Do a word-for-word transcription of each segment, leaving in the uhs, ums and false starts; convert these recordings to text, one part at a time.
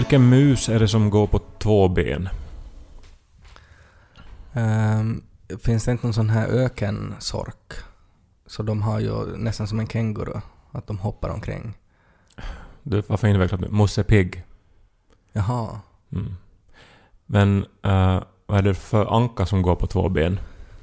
Vilken mus är det som går på två ben? Um, finns det inte någon sån här ökensork? Så de har ju nästan som en känguru, att de hoppar omkring. Du, varför invecklat nu? Musse Pigg. Jaha. Mm. Men uh, vad är det för anka som går på två ben?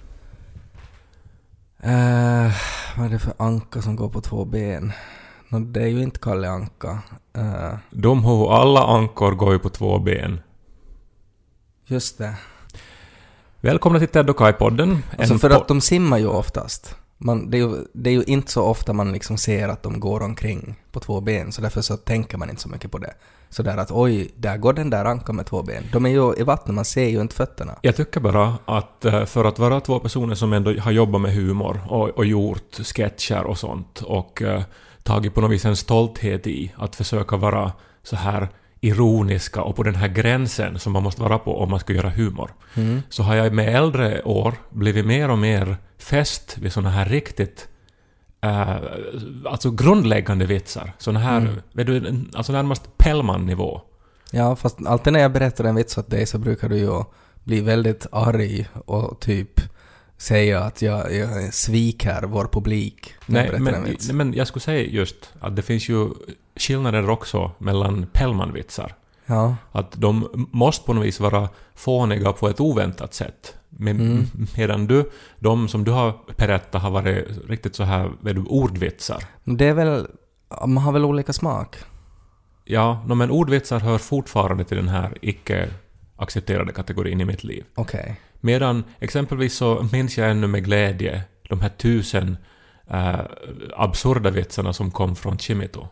Uh, vad är det för anka som går på två ben? No, det är ju inte Kalle Anka. Uh, De har alla ankor går ju på två ben. Just det. Välkomna till Ted och Kai-podden. Alltså för po- att de simmar ju oftast. Man, det, är ju, det är ju inte så ofta man liksom ser att de går omkring på två ben. Så därför så tänker man inte så mycket på det. Så där att oj, där går den där ankan med två ben. De är ju i vattnet, man ser ju inte fötterna. Jag tycker bara att för att vara två personer som ändå har jobbat med humor och, och gjort sketcher och sånt och uh, tagit på något vis en stolthet i att försöka vara så här ironiska och på den här gränsen som man måste vara på om man ska göra humor. Mm. Så har jag med äldre år blivit mer och mer fäst vid såna här riktigt uh, alltså grundläggande vitsar. Såna här, mm. vet du, alltså närmast Pellman-nivå. Ja, fast alltid när jag berättar en vits åt dig så brukar du ju bli väldigt arg och typ säga att jag, jag sviker vår publik. Nej, men, men jag skulle säga just att det finns ju skillnader också mellan Pellman-vitsar. Ja. Att de måste på något vis vara fåniga på ett oväntat sätt. Men, mm. Medan du, de som du har berättat har varit riktigt så här vet du, ordvitsar. Det är väl, man har väl olika smak. Ja, men ordvitsar hör fortfarande till den här icke accepterade kategorin i mitt liv. Okej. Okay. Medan exempelvis så minns jag ännu med glädje de här tusen äh, absurda vitsarna som kom från Chimito.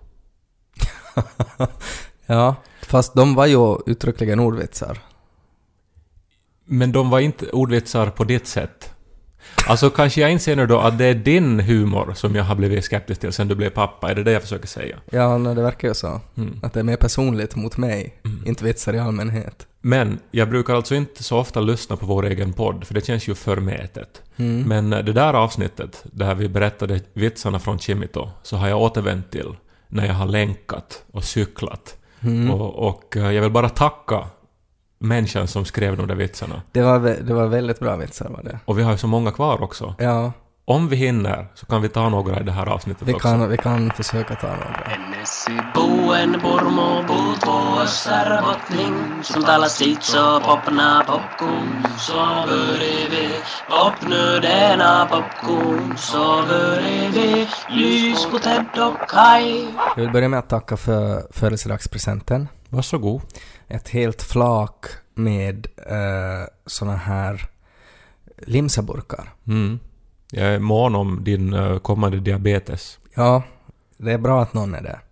Ja, fast de var ju uttryckligen ordvitsar. Men de var inte ordvitsar på ditt sätt. Alltså kanske jag inser nu då att det är din humor som jag har blivit skeptisk till sen du blev pappa. Är det det jag försöker säga? Ja, nej, det verkar ju så. Mm. Att det är mer personligt mot mig, mm. inte vitsar i allmänhet. Men jag brukar alltså inte så ofta lyssna på vår egen podd, för det känns ju förmätet. Mm. Men det där avsnittet där vi berättade vitsarna från Chimito så har jag återvänt till när jag har länkat och cyklat. Mm. Och, och jag vill bara tacka människan som skrev de där vitsarna. Det var, det var väldigt bra vitsar var det. Och vi har ju så många kvar också. Ja. Om vi hinner så kan vi ta några i det här avsnittet vi också. Kan, vi kan försöka ta några. Ennesi buen burmo puutvo sarvotning som talar sitt så popna popcorn så börjar popnödena popcorn så börjar vi lys på Ted och Kai. Jag vill börja med att tacka för födelsedagspresenten. Varsågod. Ett helt flak med uh, såna här limsaburkar. Mm. Jag är mån om din uh, kommande diabetes. Ja, det är bra att någon är det.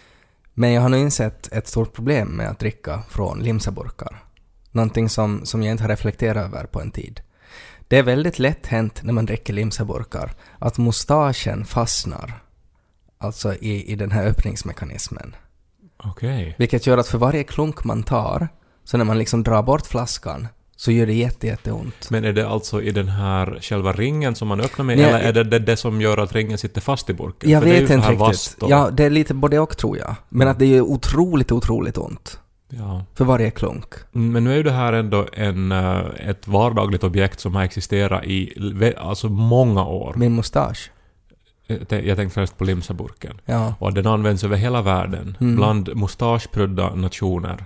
Men jag har nu insett ett stort problem med att dricka från limsaburkar. Någonting som, som jag inte har reflekterat över på en tid. Det är väldigt lätt hänt när man dricker limsaburkar att mustaschen fastnar. Alltså i, i den här öppningsmekanismen. Okej. Okay. Vilket gör att för varje klunk man tar, så när man liksom drar bort flaskan, så gör det jätte, jätteont. Men är det alltså i den här själva ringen som man öppnar med? Nej, eller är det, det det som gör att ringen sitter fast i burken? Jag för vet det är inte riktigt. och... Ja, det är lite både och tror jag. Men att det är otroligt, otroligt ont. Ja. För varje klunk. Men nu är ju det här ändå en, ett vardagligt objekt som har existerat i alltså många år. Min mustasch. Jag tänkte först på limsaburken. Ja. Och den används över hela världen. Mm. Bland mustaschprydda nationer.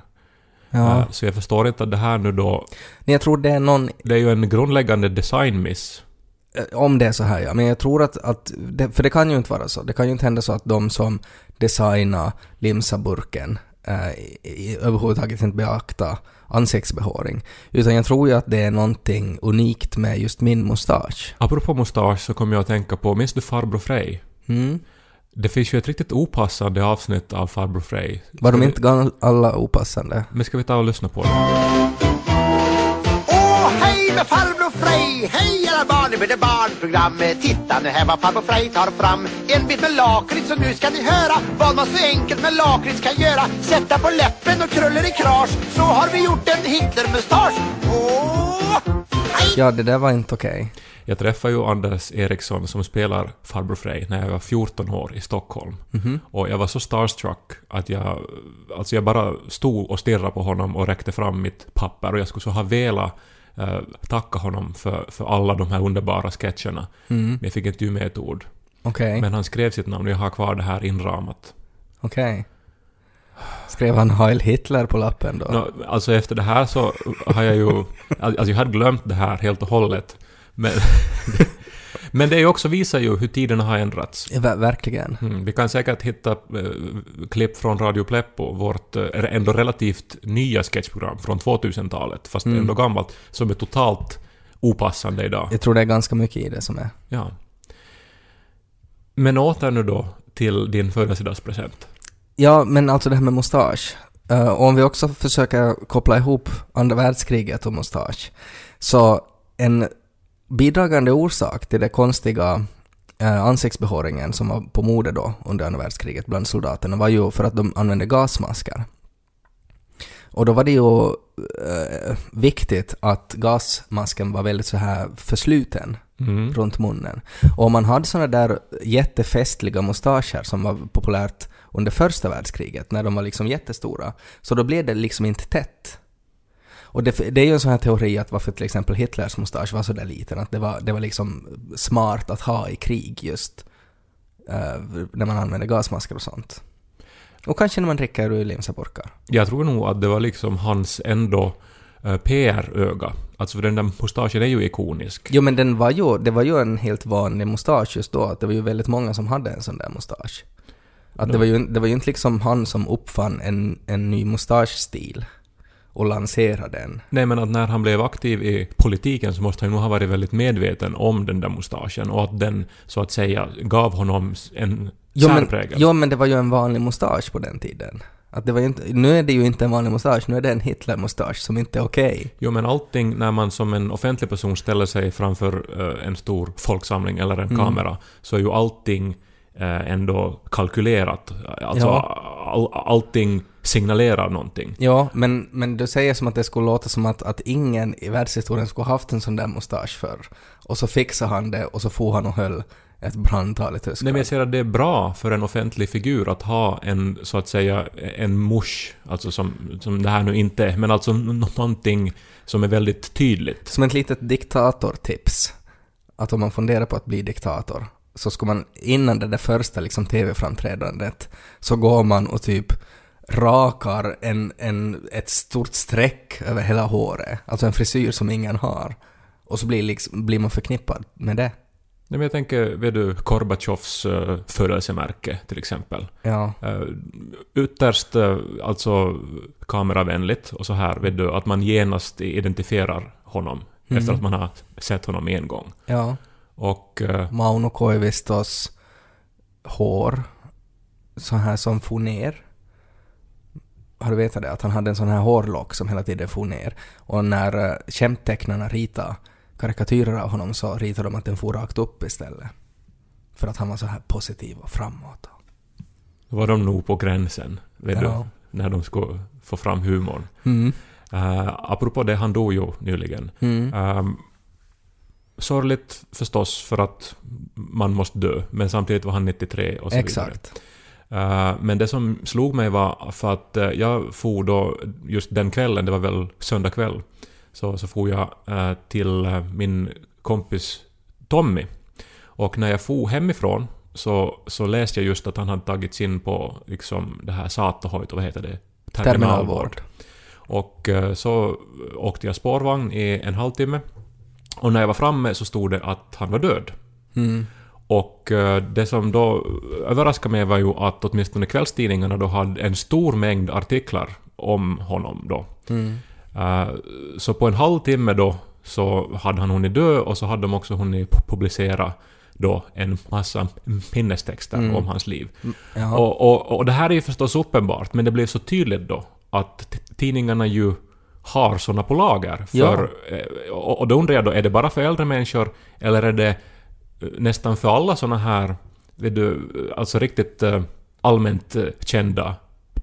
Ja. Så jag förstår inte att det här nu då... Nej, jag tror det är någon... Det är ju en grundläggande designmiss. Om det är så här, ja. Men jag tror att... att det, för det kan ju inte vara så. Det kan ju inte hända så att de som designar limsaburken eh, i, överhuvudtaget inte beakta ansiktsbehåring. Utan jag tror ju att det är någonting unikt med just min mustasch. Apropå mustasch så kommer jag att tänka på, minns du Farbror Frej? Mm. Det finns ju ett riktigt opassande avsnitt av Farbror Frej. Var de vi... inte alla opassande? Men ska vi ta och lyssna på det? Åh, hej med Farbror Frej! Hej alla barn, nu blir det barnprogram. Titta nu här vad Farbror Frej tar fram. En bit med lakrits och nu ska ni höra vad man så enkelt med lakrits kan göra. Sätta på läppen och kruller i krasch, så har vi gjort en Hitlermustasch. Åh, hej! Ja, det där var inte okej. Jag träffade ju Anders Eriksson som spelar Farbror Frey när jag var fjorton år i Stockholm. Mhm. Och jag var så starstruck att jag, alltså jag bara stod och stirrade på honom och räckte fram mitt papper. Och jag skulle så ha velat eh, tacka honom för, för alla de här underbara sketcherna. Mm. Men jag fick inte ju med ett ord. Okej, Men han skrev sitt namn och jag har kvar det här inramat. okej. Skrev han Heil Hitler på lappen då? Nå, alltså efter det här så har jag ju... Alltså jag hade glömt det här helt och hållet. Men, men det är ju också visar ju hur tiderna har ändrats. Ja, ver- verkligen. Mm, vi kan säkert hitta äh, klipp från Radio Pleppo, vårt äh, ändå relativt nya sketchprogram från tvåtusentalet, fast Mm. ändå gammalt, som är totalt opassande idag. Jag tror det är ganska mycket i det som är. Ja. Men åter nu då till din födelsedagspresent. Ja, men alltså det här med mustasch. Uh, och om vi också försöker koppla ihop andra världskriget och mustasch. Så en bidragande orsak till det konstiga uh, ansiktsbehåringen som var på mode då under andra världskriget bland soldaterna var ju för att de använde gasmasker. Och då var det ju uh, viktigt att gasmasken var väldigt så här försluten Mm. runt munnen. Och om man hade såna där jättefestliga mustascher som var populärt under första världskriget, när de var liksom jättestora, så då blev det liksom inte tätt. Och det, det är ju en sån här teori att varför till exempel Hitlers mustasch var så där liten, att det var, det var liksom smart att ha i krig just uh, när man använder gasmasker och sånt. Och kanske när man dricker ur limsaburkar. Jag tror nog att det var liksom hans ändå uh, P R-öga. Alltså för den där mustaschen är ju ikonisk. Jo, men den var ju, det var ju en helt vanlig mustasch just då, att det var ju väldigt många som hade en sån där mustasch. Att No. det var ju det var ju inte liksom han som uppfann en, en ny mustaschstil och lanserade den. Nej, men att när han blev aktiv i politiken så måste han nog ha varit väldigt medveten om den där mustaschen och att den så att säga gav honom en Jo men, särprägel. jo, men det var ju en vanlig mustasch på den tiden. Att det var ju inte, nu är det ju inte en vanlig mustasch, nu är det en Hitler-mustasch som inte är okej. Jo, men allting när man som en offentlig person ställer sig framför uh, en stor folksamling eller en Mm. kamera så är ju allting uh, ändå kalkylerat. Alltså Ja. all, allting signalerar någonting. Ja, men, men du säger som att det skulle låta som att, att ingen i världshistorien skulle haft en sån där mustasch förr. Och så fixade han det och så får han och höll ett brandtal i Tyskland. Nej, men jag ser att det är bra för en offentlig figur att ha en, så att säga, en musch, alltså som, som det här nu inte är, men alltså någonting som är väldigt tydligt. Som ett litet diktatortips. Att om man funderar på att bli diktator så ska man innan det där första liksom tv-framträdandet så går man och typ rakar en, en, ett stort streck över hela håret. Alltså en frisyr som ingen har. Och så blir, liksom, blir man förknippad med det. Nej, men jag tänker, vet du, Gorbatjovs uh, födelsemärke till exempel. Ja. Uh, ytterst uh, alltså kameravänligt och så här, vet du, att man genast identifierar honom Mm. efter att man har sett honom en gång. Ja. Och uh, Mauno Koivistos hår så här som for ner. Har du vetat det? Att han hade en sån här hårlock som hela tiden for ner. Och när uh, kämptecknarna ritade karikatyrer av honom så ritade de att den for rakt upp istället. För att han var så här positiv och framåt. var de nog på gränsen, vet Ja. du, när de skulle få fram humorn. Mm. Uh, apropå det, han dog ju nyligen. Mm. Um, sorgligt förstås för att man måste dö, men samtidigt var han nittiotre och så Exakt. vidare. Uh, men det som slog mig var för att uh, jag for då just den kvällen, det var väl söndag kväll, så, så for jag uh, till uh, min kompis Tommy. Och när jag for hemifrån så, så läste jag just att han hade tagits in på liksom det här Saattohoito, vad heter det? Terminalvård. Och uh, så åkte jag spårvagn i en halvtimme. Och när jag var framme så stod det att han var död. Mm. Och uh, det som då överraskade mig var ju att åtminstone kvällstidningarna då hade en stor mängd artiklar om honom då. Mm. Uh, så på en halvtimme då så hade han hunnit dö, och så hade de också hunnit publicera då en massa minnestexter Mm. om hans liv. Jaha. Och, och, och det här är ju förstås uppenbart, men det blev så tydligt då att t- tidningarna ju har såna på lager. För, eh, och, och då undrar jag då, är det bara för äldre människor eller är det eh, nästan för alla såna här, vet du, alltså riktigt eh, allmänt eh, kända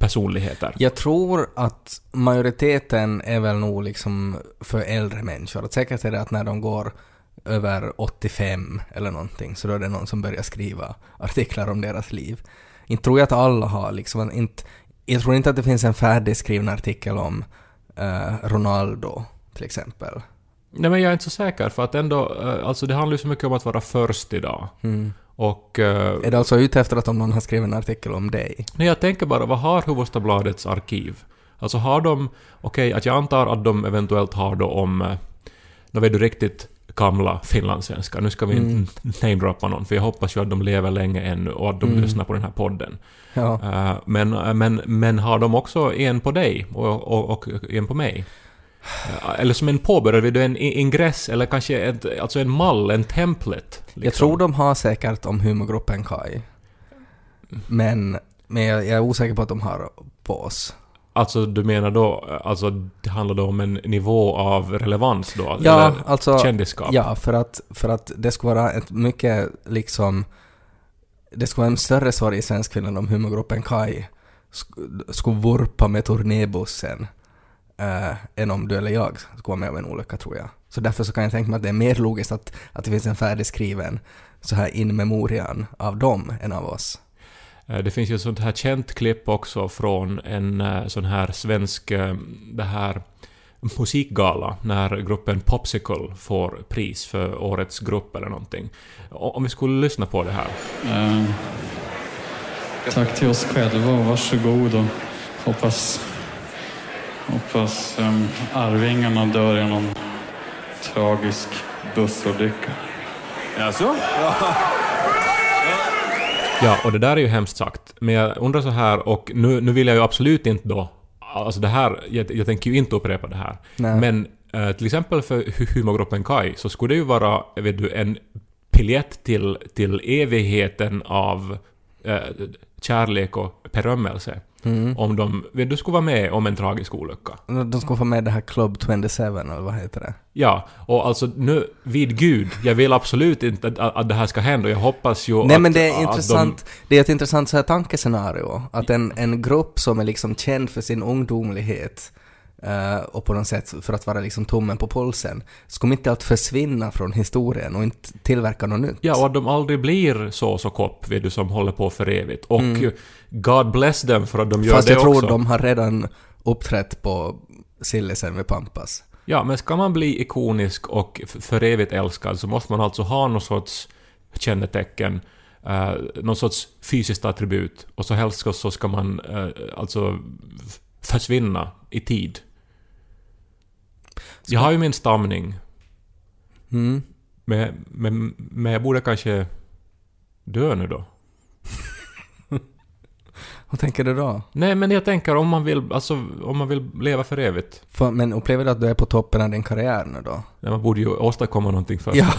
personligheter. Jag tror att majoriteten är väl nog liksom för äldre människor. Att säkert är det att när de går över åttiofem eller någonting så då är det någon som börjar skriva artiklar om deras liv. Inte tror jag att alla har liksom, inte, jag tror inte att det finns en färdigskriven artikel om uh, Ronaldo till exempel. Nej, men jag är inte så säker för att ändå, uh, alltså det handlar ju så mycket om att vara först idag. Mm. Och, uh, är det alltså ute efter att om någon har skrivit en artikel om dig? Nej, jag tänker bara, vad har Hufvudstadsbladets arkiv? Alltså har de, okej, okay, att jag antar att de eventuellt har då om, uh, då är du riktigt gamla finlandssvenskar. Nu ska vi mm. inte namedroppa någon, för jag hoppas ju att de lever länge ännu och att de mm. lyssnar på den här podden. Ja. Uh, men, uh, men, men har de också en på dig och, och, och en på mig? Uh, eller som en påbörjare, vill du en ingress eller kanske ett, alltså en mall, en template? Liksom. Jag tror de har säkert om humorgruppen Kai. Men, men jag, jag är osäker på att de har på oss. Alltså du menar då, alltså det handlar då om en nivå av relevans då? Ja, eller alltså, kändisskap? Ja, för att, för att det ska vara ett mycket liksom, det ska vara en större svar i svensk film om humorgruppen Kai sk- skulle vurpa med turnébussen äh, än om du eller jag skulle vara med om en olycka, tror jag. Så därför så kan jag tänka mig att det är mer logiskt att, att det finns en färdigskriven så här in memorian av dem än av oss. Det finns ju ett sånt här känt klipp också från en sån här svensk det här musikgala när gruppen Popsicle får pris för årets grupp eller någonting. Om vi skulle lyssna på det här. Eh, tack till oss själva och varsågod och hoppas hoppas um, Arvingarna dör i någon tragisk bussolycka. Jaså? Ja, och det där är ju hemskt sagt. Men jag undrar så här, och nu, nu vill jag ju absolut inte då, alltså det här, jag, jag tänker ju inte upprepa det här. Nej. Men eh, till exempel för humorgruppen Kai så skulle det ju vara, vet du, en biljett till, till evigheten av eh, kärlek och berömmelse. Mm. Om de, vet du, skulle vara med om en tragisk olycka. De ska få med det här Club tjugosju, eller vad heter det? Ja, och alltså nu, vid Gud, jag vill absolut inte att, att det här ska hända. Jag hoppas ju Nej, att... men det är intressant. De... Det är ett intressant så här tankescenario. Att en, en grupp som är liksom känd för sin ungdomlighet uh, och på något sätt för att vara liksom tummen på pulsen skulle inte allt försvinna från historien och inte tillverka något nytt. Ja, och att de aldrig blir så så kopp, vet du, som håller på för evigt. Och mm. God bless them för att de gör Fast det jag också. tror de har redan uppträtt på Sillisen med Pampas. Ja, men ska man bli ikonisk och för evigt älskad så måste man alltså ha någon sorts kännetecken, eh, någon sorts fysiskt attribut, och så helst så ska man eh, alltså försvinna i tid. Jag har ju min stamning. Mm. Men, men, men jag borde kanske dö nu då. Vad tänker du då? Nej, men jag tänker om man vill, alltså, om man vill leva för evigt. För, men upplever du att du är på toppen av din karriär nu då? Nej, man borde ju åstadkomma någonting först. Ja.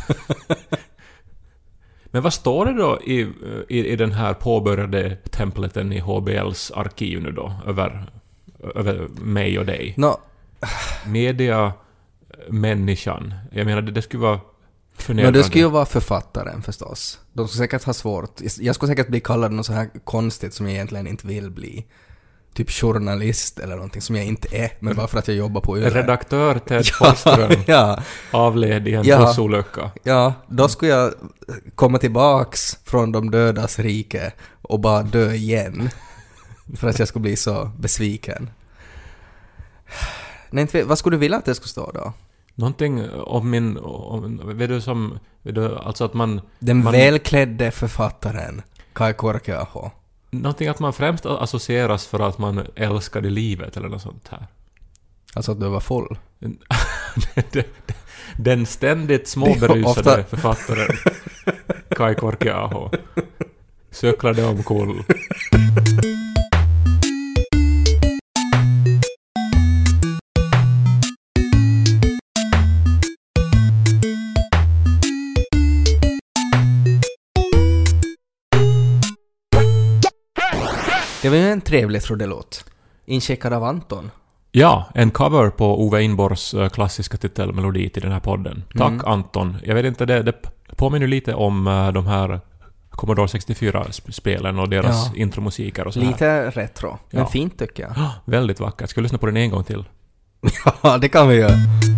Men vad står det då i, i, i den här påbörjade templaten i H B L:s arkiv nu då? Över, över mig och dig? No. Media, människan. Jag menar, det, det skulle vara förnedrande. Men det skulle ju vara författaren förstås. De skulle säkert ha svårt. Jag skulle säkert bli kallad något så här konstigt som jag egentligen inte vill bli. Typ journalist eller någonting som jag inte är, men bara för att jag jobbar på Yle. Redaktör Ted Forsström. Ja. Avled i en ja. bussolycka. Ja, då skulle jag komma tillbaks från de dödas rike och bara dö igen. För att jag skulle bli så besviken. Nej, inte, vad skulle du vilja att det skulle stå då? Någonting om min... Om, vet du som... Vet du, alltså att man... Den man, välklädde författaren Kai Korkeaho. Någonting att man främst associeras för att man älskade livet eller något sånt här. Alltså att du var full? Den ständigt småberusade ofta... författaren Kai Korkeaho söklade omkull. Det var ju en trevlig trudelåt. Incheckad av Anton. Ja, en cover på Ove Inborgs klassiska titelmelodi till den här podden. Tack mm. Anton. Jag vet inte, det, det påminner lite om de här Commodore sextiofyra-spelen och deras Ja. intromusiker och så här. Lite retro, men Ja. fint tycker jag. Ah, väldigt vackert. Ska vi lyssna på den en gång till? Ja, det kan vi göra.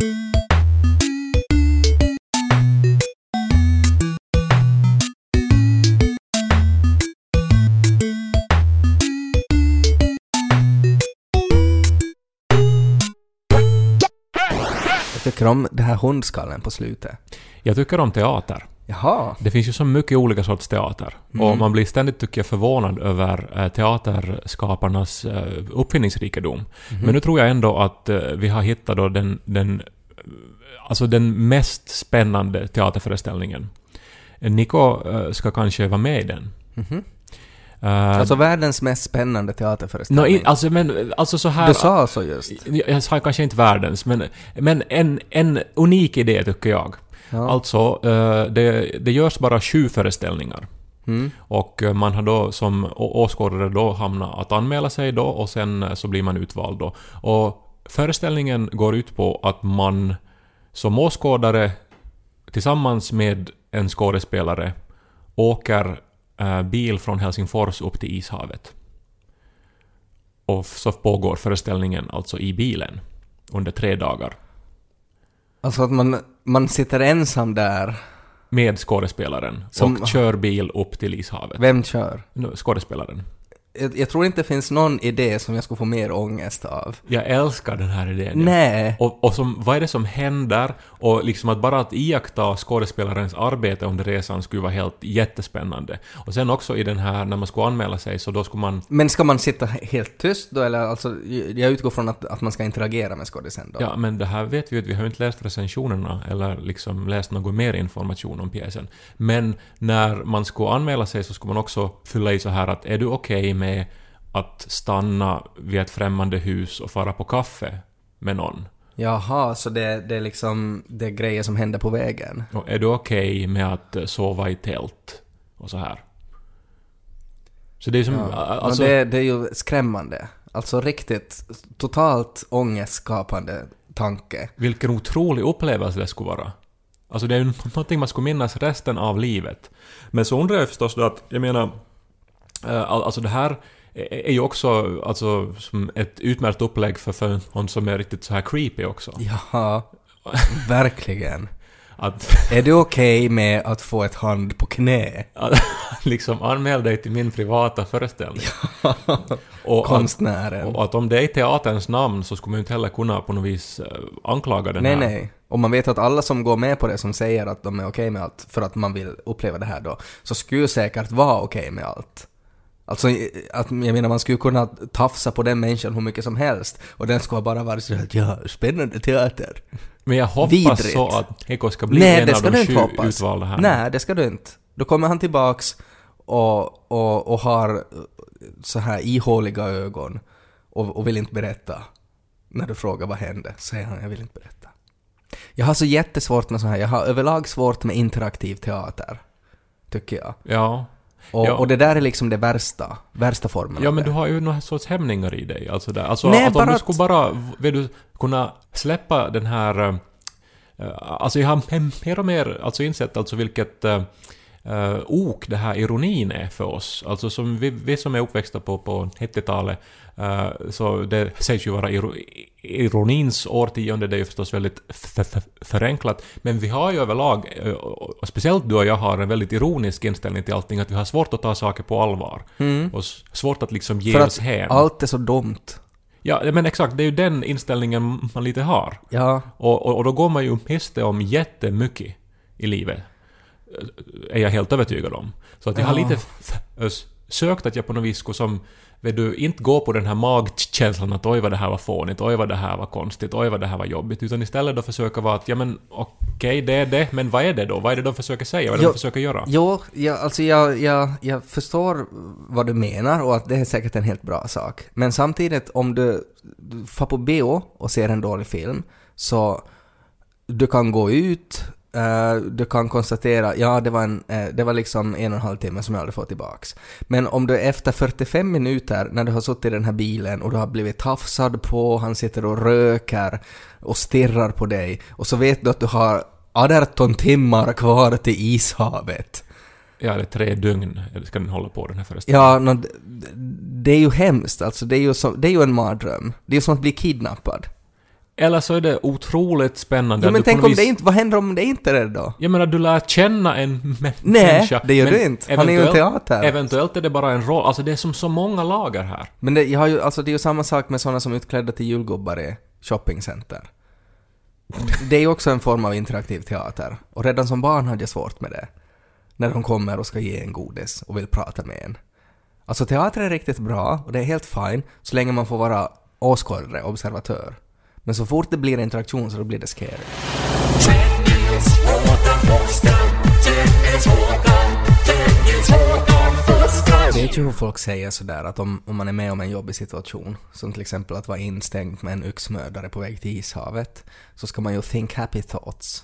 Jag tycker om det här hundskallen på slutet. Jag tycker om teater. Jaha. Det finns ju så mycket olika sorts teater. Mm. Och man blir ständigt, tycker jag, förvånad över eh, teaterskaparnas eh, uppfinningsrikedom. Mm-hmm. Men nu tror jag ändå att eh, vi har hittat då den, den, alltså den mest spännande teaterföreställningen. Nico eh, ska kanske vara med i den. Mhm. Eh, Alltså världens mest spännande no, teaterföreställning. i, alltså, men, alltså så här... Du sa så just. Jag, jag sa kanske inte världens, men, men en, en unik idé tycker jag. Ja. Alltså, eh, det, det görs bara sju föreställningar. Mm. Och eh, man har då som å- åskådare då hamnat att anmäla sig då och sen eh, så blir man utvald då. Och föreställningen går ut på att man som åskådare tillsammans med en skådespelare åker eh, bil från Helsingfors upp till Ishavet. Och så pågår föreställningen alltså i bilen under tre dagar. Alltså att man, man sitter ensam där. Med skådespelaren Som- och kör bil upp till Ishavet. Vem kör? Nu, Skådespelaren. Jag, jag tror inte det finns någon idé som jag skulle få mer ångest av. Jag älskar den här idén. Nej. Och, och som, vad är det som händer? Och liksom att bara att iaktta skådespelarens arbete under resan skulle vara helt jättespännande. Och sen också i den här, när man skulle anmäla sig, så då skulle man... Men ska man sitta helt tyst då? Eller alltså, jag utgår från att, att man ska interagera med skådisen då. Ja, men det här vet vi ju att vi har ju inte läst recensionerna eller liksom läst någon mer information om pjäsen. Men när man skulle anmäla sig så skulle man också fylla i så här att är du okej med att stanna vid ett främmande hus och fara på kaffe med någon? Jaha, så det, det är liksom det är grejer som händer på vägen. Och är du okej med att eh, sova i tält? Och så här. Så det är som... Ja. Alltså, Men det, det är ju skrämmande. Alltså riktigt, totalt ångestskapande tanke. vilken otrolig upplevelse det skulle vara. Alltså det är ju någonting man skulle minnas resten av livet. Men så undrar jag förstås då att, jag menar... eh, all- Alltså det här är är ju också alltså, som ett utmärkt upplägg för, för någon som är riktigt så här creepy också. Ja, verkligen. Att, Är du okej med att få ett hand på knä? att liksom anmäl dig till min privata föreställning. Och att, Konstnären. och att om det är i teaterns namn så skulle man ju inte heller kunna på något vis eh, anklaga den Nej, här. nej. Och man vet att alla som går med på det, som säger att de är okej med allt för att man vill uppleva det här då, så skulle säkert vara okej med allt. Alltså, att, jag menar, man skulle kunna tafsa på den människan hur mycket som helst och den skulle bara vara så att ja, spännande teater. Men jag hoppas Vidrigt. så att Heko ska bli Nej, en det av ska de du inte sju hoppas. utvalda här. Nej, det ska du inte. Då kommer han tillbaks och, och, och har så här ihåliga ögon och, och vill inte berätta. När du frågar vad hände, säger han, jag vill inte berätta. Jag har så jättesvårt med så här, jag har överlag svårt med interaktiv teater, tycker jag. Ja. Och, Ja. och det där är liksom det värsta, värsta formen Ja, av men det. du har ju några sorts hämningar i dig. Alltså, där. alltså Nej, att om bara du att- skulle bara vill du kunna släppa den här... eh, alltså jag har mer och mer alltså insett alltså vilket uh, ok det här ironin är för oss. Alltså som vi, vi som är uppväxta på, på nittiotalet, uh, så det sägs ju vara iro, ironins årtionde, det är ju förstås väldigt f- f- förenklat. Men vi har ju överlag, uh, och speciellt du och jag har en väldigt ironisk inställning till allting, att vi har svårt att ta saker på allvar. Mm. Och s- svårt att liksom ge För oss att hem. allt är så dumt. Ja, men exakt, det är ju den inställningen man lite har. Ja, Och, och, och då går man ju miste om jättemycket i livet. Är jag helt övertygad om. Så att jag har Ja. lite f- s- sökt att jag på något vis skulle som... Vet du, inte gå på den här magkänslan att oj vad det här var fånigt, oj vad det här var konstigt, oj vad det här var jobbigt. Utan istället då försöka vara att, ja men okej, det är det, men vad är det då? Vad är det de försöker säga? Vad är det Jo, de försöker göra? Jo, jag, alltså jag, jag, jag förstår vad du menar och att det är säkert en helt bra sak. Men samtidigt, om du, du får på bio och ser en dålig film, så du kan gå ut, eh, du kan konstatera, ja det var, en, eh, det var liksom en och en halv timme som jag aldrig får tillbaks. Men om du efter fyrtiofem minuter, när du har suttit i den här bilen och du har blivit tafsad på, han sitter och röker och stirrar på dig, och så vet du att du har arton timmar kvar till Ishavet. Ja, eller tre dygn ska den hålla på den här föreställningen. Ja, no, det, det är ju hemskt. Alltså, det, är ju så, det är ju en mardröm. Det är ju som att bli kidnappad. Eller så är det otroligt spännande. Ja, men du tänk på om vis... det inte... Vad händer om det inte är det då? Jag menar, du lär känna en mä- Nej, människa. det gör men du inte. Han är ju en teater. Eventuellt är det bara en roll. Alltså det är som så många lager här. Men det, jag har ju, alltså, det är ju samma sak med sådana som är utklädda till julgubbar i shoppingcenter. Det är ju också en form av interaktiv teater. Och redan som barn hade jag svårt med det. När de kommer och ska ge en godis och vill prata med en. Alltså teater är riktigt bra och det är helt fine så länge man får vara åskådare, observatör. Men så fort det blir interaktion så då blir det scary. Jag vet ju hur folk säger sådär att om, om man är med om en jobbig situation, som till exempel att vara instängd med en yxmördare på väg till ishavet, så ska man ju think happy thoughts.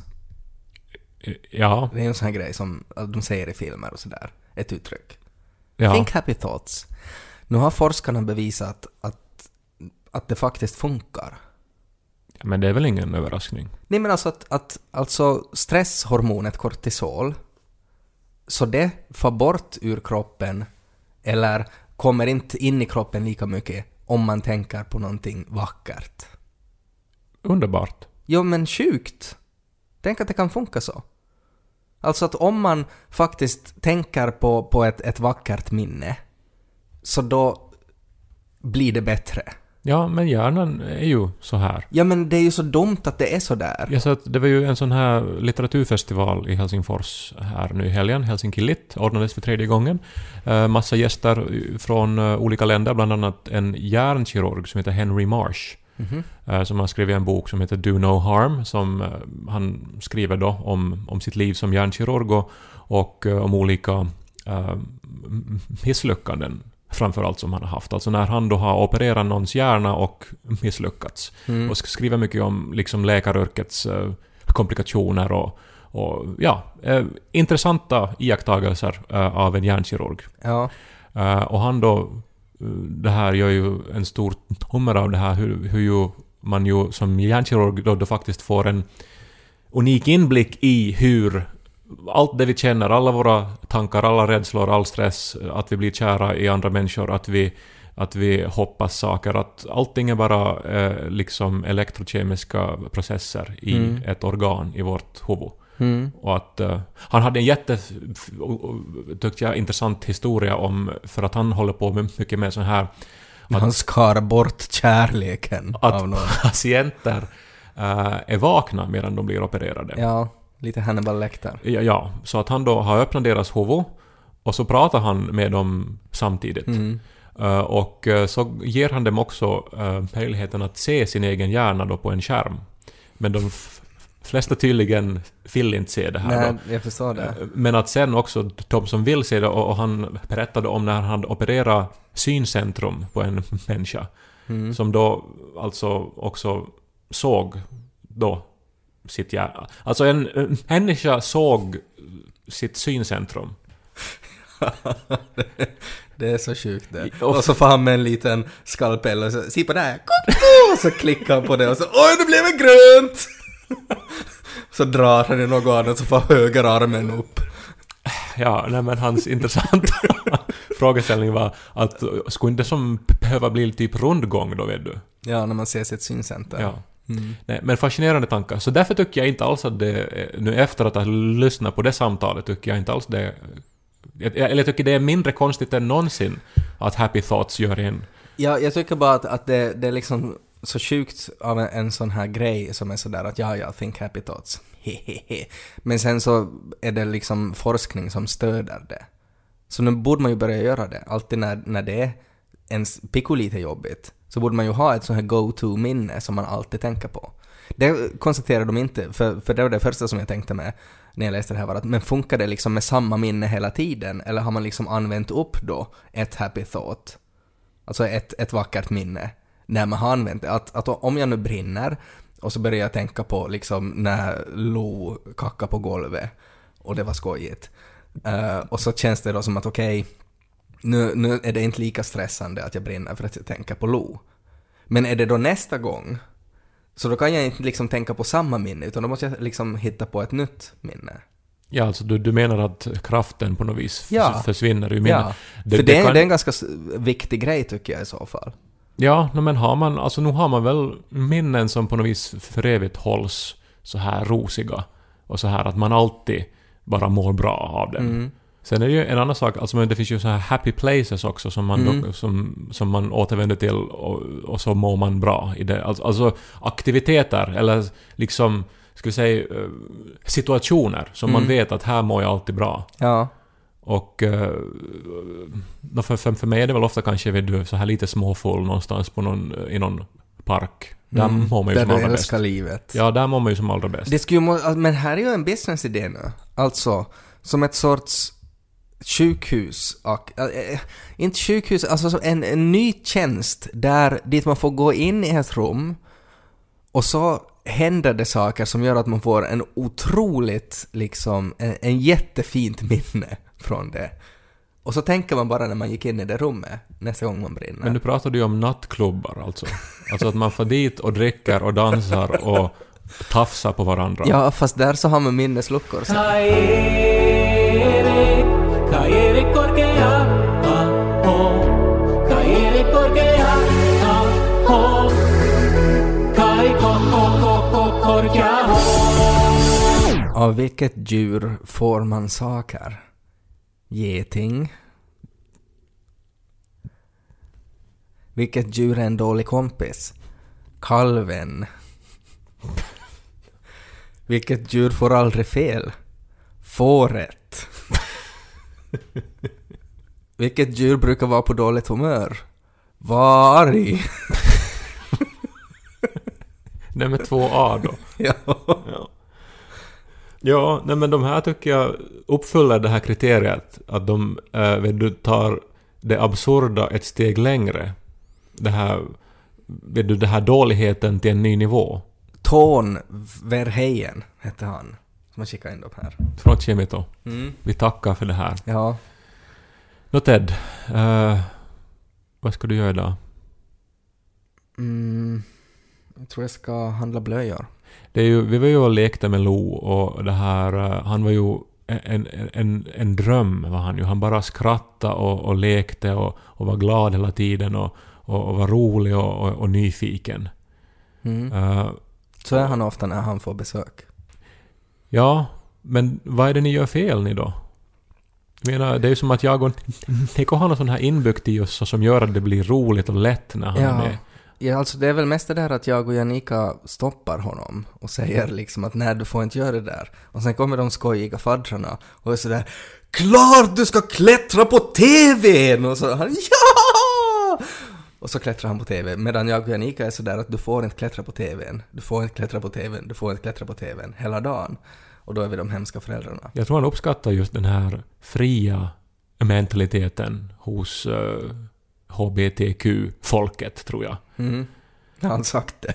Ja. Det är en sån här grej som de säger i filmer och sådär. Ett uttryck. Ja. Think happy thoughts. Nu har forskarna bevisat att, att det faktiskt funkar. Men det är väl ingen överraskning. Nej, men alltså att, att alltså stresshormonet kortisol, så det får bort ur kroppen eller kommer inte in i kroppen lika mycket om man tänker på någonting vackert. Underbart. Jo, men sjukt. Tänk att det kan funka så. Alltså att om man faktiskt tänker på, på ett, ett vackert minne, så då blir det bättre. Ja, men hjärnan är ju så här. Ja, men det är ju så dumt att det är så där. Jag sa att det var ju en sån här litteraturfestival i Helsingfors här nu i helgen. Helsinki Lit ordnades för tredje gången. Uh, massa gäster från uh, olika länder, bland annat en hjärnkirurg som heter Henry Marsh. Mm-hmm. Uh, som har skrivit en bok som heter Do No Harm, som uh, han skriver då om, om sitt liv som hjärnkirurg och, och uh, om olika uh, misslyckanden framförallt som han har haft. Alltså när han då har opererat någons hjärna och misslyckats. Mm. Och skriver mycket om liksom läkaryrkets uh, komplikationer och, och ja, uh, intressanta iakttagelser uh, av en hjärnkirurg. Ja. Uh, och han då, uh, det här gör ju en stor nummer av det här hur, hur ju man ju som hjärnkirurg då, då faktiskt får en unik inblick i hur allt det vi känner, alla våra tankar, alla rädslor, all stress, att vi blir kära i andra människor, att vi, att vi hoppas saker, att allting är bara eh, liksom elektrokemiska processer i mm. ett organ i vårt huvud. Mm. Och att uh, han hade en jätte tyckte jag intressant historia om, för att han håller på med mycket med sån här att, han skar bort kärleken att av någon. Patienter uh, är vakna medan de blir opererade. Ja. Lite Hannibal Lecter. Ja, ja, så att han då har öppnat deras huvud och så pratar han med dem samtidigt. Mm. Uh, och uh, så ger han dem också uh, möjligheten att se sin egen hjärna då på en skärm. Men de f- flesta tydligen vill inte se det här. Nej, då. jag förstår det. Uh, men att sen också de som vill se det, och, och han berättade om när han opererade syncentrum på en människa. Mm. Som då alltså också såg då sitt hjärna. Alltså en, en människa såg sitt syncentrum. det, det är så sjukt det. Och, och så får han med en liten skalpell och så, se på det här. Och så klickar han på det och så, oj, det blev en grönt! Så drar han i något annat så får högerarmen upp. Ja, nej, men hans intressanta frågeställning var att skulle inte som behöva bli typ rundgång då, vet du? Ja, när man ser sitt syncenter. Ja. Mm. Nej, men fascinerande tankar. Så därför tycker jag inte alls att det, nu efter att ha lyssnat på det samtalet, tycker jag inte alls det, eller jag tycker det är mindre konstigt än någonsin att Happy Thoughts gör in. Ja, jag tycker bara att, att det, det är liksom så sjukt av en, en sån här grej som är sådär att ja, ja, think happy thoughts. Hehehe. Men sen så är det liksom forskning som stöder det. Så nu borde man ju börja göra det. Alltid när, när det är ens pico lite jobbigt, så borde man ju ha ett sån här go-to-minne som man alltid tänker på. Det konstaterar de inte, för, för det var det första som jag tänkte med när jag läste det här, var att men funkar det liksom med samma minne hela tiden, eller har man liksom använt upp då ett happy thought, alltså ett, ett vackert minne när man har använt det? Att, att om jag nu brinner och så börjar jag tänka på liksom när Lo kackade på golvet och det var skojigt, uh, och så känns det då som att okej, okay, Nu, nu är det inte lika stressande att jag brinner för att jag tänker på Lo. Men är det då nästa gång, så då kan jag inte liksom tänka på samma minne, utan då måste jag liksom hitta på ett nytt minne. Ja, alltså du, du menar att kraften på något vis Ja. försvinner ur minnet. Ja, Det, för det det, är- kan- det är en ganska s- viktig grej tycker jag i så fall. Ja, no, men har man, alltså nu har man väl minnen som på något vis för evigt hålls så här rosiga och så här att man alltid bara mår bra av dem. Mm. Sen är det ju en annan sak, alltså men det finns ju så här happy places också som man, Mm. då, som, som man återvänder till och, och så mår man bra i det. Alltså, alltså aktiviteter eller liksom, ska vi säga, eh, situationer som man Mm. vet att här mår jag alltid bra. Ja. Och eh, då för, för, för mig är det väl ofta kanske vet du, så här lite småfull någonstans på någon, i någon park. Där Mm. mår man ju Där som du allra bäst. älskar livet. Ja, där mår man ju som allra bäst. Det skulle ju må, men här är ju en businessidé nu. Alltså, som ett sorts sjukhus. Och, äh, inte sjukhus, alltså som en, en ny tjänst där dit man får gå in i ett rum och så händer det saker som gör att man får en otroligt, liksom, en, en jättefint minne från det. Och så tänker man bara när man gick in i det rummet nästa gång man brinner. Men du pratade ju om nattklubbar alltså. Alltså att man får dit och dricker och dansar och tafsar på varandra. Ja, fast där så har man minnesluckor. Så. Av vilket djur får man saker? Geting. Vilket djur är en dålig kompis? Kalven. Vilket djur får aldrig fel? Fåret. Vilket djur brukar vara på dåligt humör? Varg. Nej, med två A då. Ja. Ja. Ja, nej men de här tycker jag uppfyller det här kriteriet att de äh, vet du, tar det absurda ett steg längre. Det här, vet du, det här dåligheten till en ny nivå. Ton Verheyen hette han. Som har skickat in dem här. Från Chemito. Mm. Vi tackar för det här. Ja. Nå Ted, äh, vad ska du göra idag? Mm. Jag tror jag ska handla blöjor. Det är ju, vi var ju och lekte med Lo och det här, uh, han var ju en, en, en dröm var han ju. Han bara skrattade och, och lekte och, och var glad hela tiden och, och, och var rolig och, och, och nyfiken. Mm. Uh, Så är han ofta när han får besök. ja, men vad är det ni gör fel ni då? Jag menar, det är ju som att jag och Nico har något sån här inbyggt i oss som gör att det blir roligt och lätt när han Ja. är med. Ja, alltså det är väl mest det där att jag och Janika stoppar honom och säger liksom att nej, du får inte göra det där. Och sen kommer de skojiga faddrarna och är sådär, klart du ska klättra på tvn! Och så han, ja! Och så klättrar han på tv, medan jag och Janika är sådär att du får inte klättra på tvn, du får inte klättra på tvn, du får inte klättra på tvn hela dagen. Och då är vi de hemska föräldrarna. Jag tror han uppskattar just den här fria mentaliteten hos uh, H B T Q-folket, tror jag. Mm. Har han sagt det?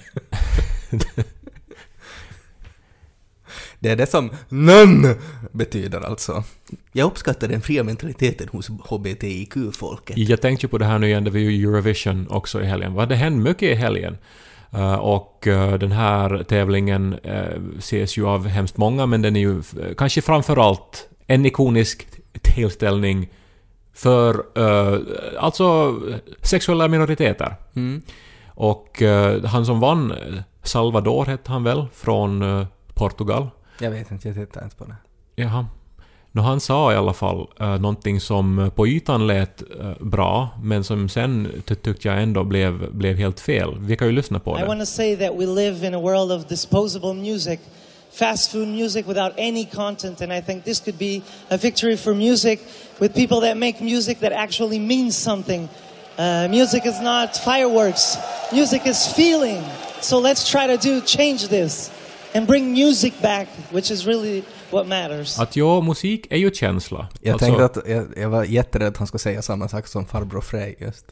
Det är det som nön betyder alltså. Jag uppskattar den fria mentaliteten hos H B T I Q-folket. Jag tänkte ju på det här nu igen, det var ju Eurovision också i helgen. Vad det hände mycket i helgen. Uh, och uh, den här tävlingen uh, ses ju av hemskt många, men den är ju uh, kanske framförallt en ikonisk tillställning för uh, alltså sexuella minoriteter. Mm. Och uh, han som vann, Salvador hette han väl, från uh, Portugal. Jag vet inte, jag tittar inte på det. Jaha. Nå, han sa i alla fall uh, någonting som på ytan lät uh, bra, men som sen ty- tyckte jag ändå blev, blev helt fel. Vi kan ju lyssna på I det. want to say that we live in a world of disposable music, fast food music without any content, and I think this could be a victory for music with people that make music that actually means something. Uh, music is not fireworks. Music is feeling. So let's try to do change this and bring music back, which is really what matters. Att ja, musik är ju känsla. Jag Alltså, tänkte att jag, jag var jätterädd att han skulle säga samma sak som farbror Frej just.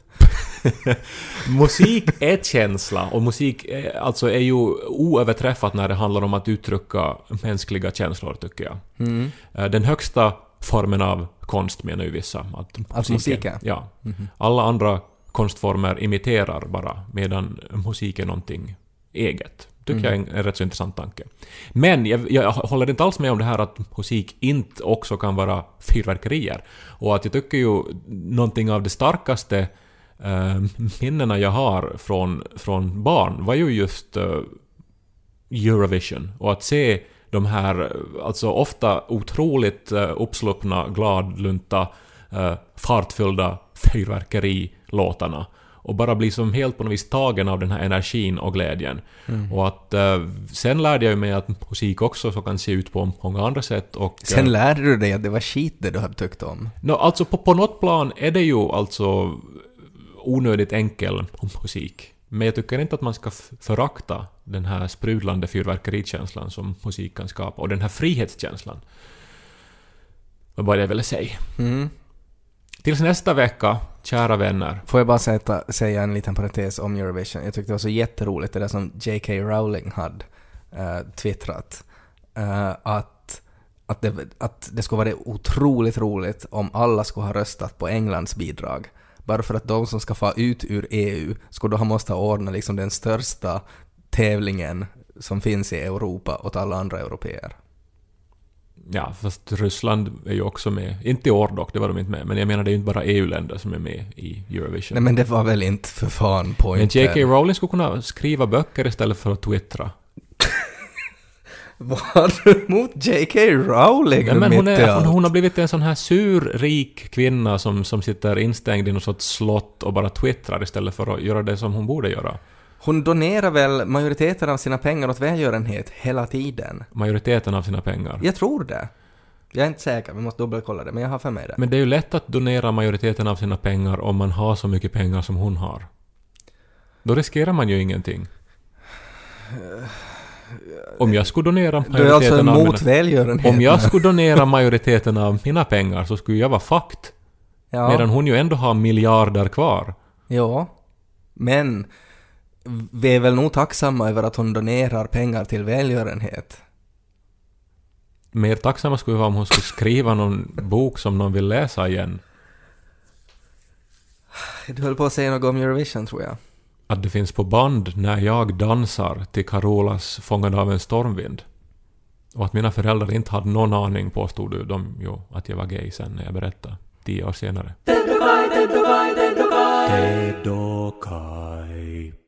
musik är känsla och musik är, alltså är ju oöverträffat när det handlar om att uttrycka mänskliga känslor, tycker jag. Mm. Eh, Den högsta formen av konst menar ju vissa. Att Alltså musiken? Ja. Alla andra konstformer imiterar bara, medan musik är någonting eget, tycker mm. jag är en, en rätt så intressant tanke. Men jag, jag håller inte alls med om det här att musik inte också kan vara fyrverkerier. Och att jag tycker ju någonting av det starkaste äh, minnena jag har från, från barn var ju just äh, Eurovision. Och att se de här alltså ofta otroligt äh, uppsluppna, gladlunta, äh, fartfyllda fyrverkerilåtarna. Och bara bli som helt på något vis tagen av den här energin och glädjen. Mm. Och att äh, sen lärde jag mig att musik också så kan se ut på många andra sätt. Och, sen äh, lärde du dig att det var skit det du hade tyckt om? No, alltså på, på något plan är det ju alltså onödigt enkel musik. Men jag tycker inte att man ska förakta den här sprudlande fyrverkerikänslan som musik kan skapa. Och den här frihetskänslan. Vad var det jag ville säga? Mm. Tills nästa vecka, kära vänner. Får jag bara säga, säga en liten parentes om Eurovision. Jag tyckte det var så jätteroligt det där som J K Rowling hade uh, twittrat. Uh, att, att, det, att det skulle vara otroligt roligt om alla skulle ha röstat på Englands bidrag. Bara för att de som ska få ut ur E U skulle då ha måste ordna liksom den största tävlingen som finns i Europa åt alla andra europeer. Ja, fast Ryssland är ju också med. Inte i år dock, det var de inte med. Men jag menar, det är ju inte bara E U-länder som är med i Eurovision. Nej, men det var väl inte för fan pointen. Men J K Rowling skulle kunna skriva böcker istället för att twittra. Vad har du emot J K Rowling? Nej, men hon, är, hon, hon har blivit en sån här sur, rik kvinna som, som sitter instängd i något sorts slott och bara twittrar istället för att göra det som hon borde göra. Hon donerar väl majoriteten av sina pengar åt välgörenhet hela tiden? Majoriteten av sina pengar? Jag tror det. Jag är inte säker, vi måste dubbelkolla det, men jag har för mig det. Men det är ju lätt att donera majoriteten av sina pengar om man har så mycket pengar som hon har. Då riskerar man ju ingenting. Om jag skulle donera majoriteten du är alltså av emot välgörenhet. Om jag skulle donera majoriteten av mina pengar så skulle jag vara fucked. Ja. Medan hon ju ändå har miljarder kvar. Ja, men vi är väl nog tacksamma över att hon donerar pengar till välgörenhet. Mer tacksamma skulle vara om hon skulle skriva någon bok som någon vill läsa igen. Du höll på att säga något om Eurovision, tror jag. Att det finns på band när jag dansar till Carolas Fångad av en stormvind. Och att mina föräldrar inte hade någon aning, påstod du de jo, att jag var gay sen när jag berättade tio år senare. Ted och Kai, Ted och Kai, Ted och Kai.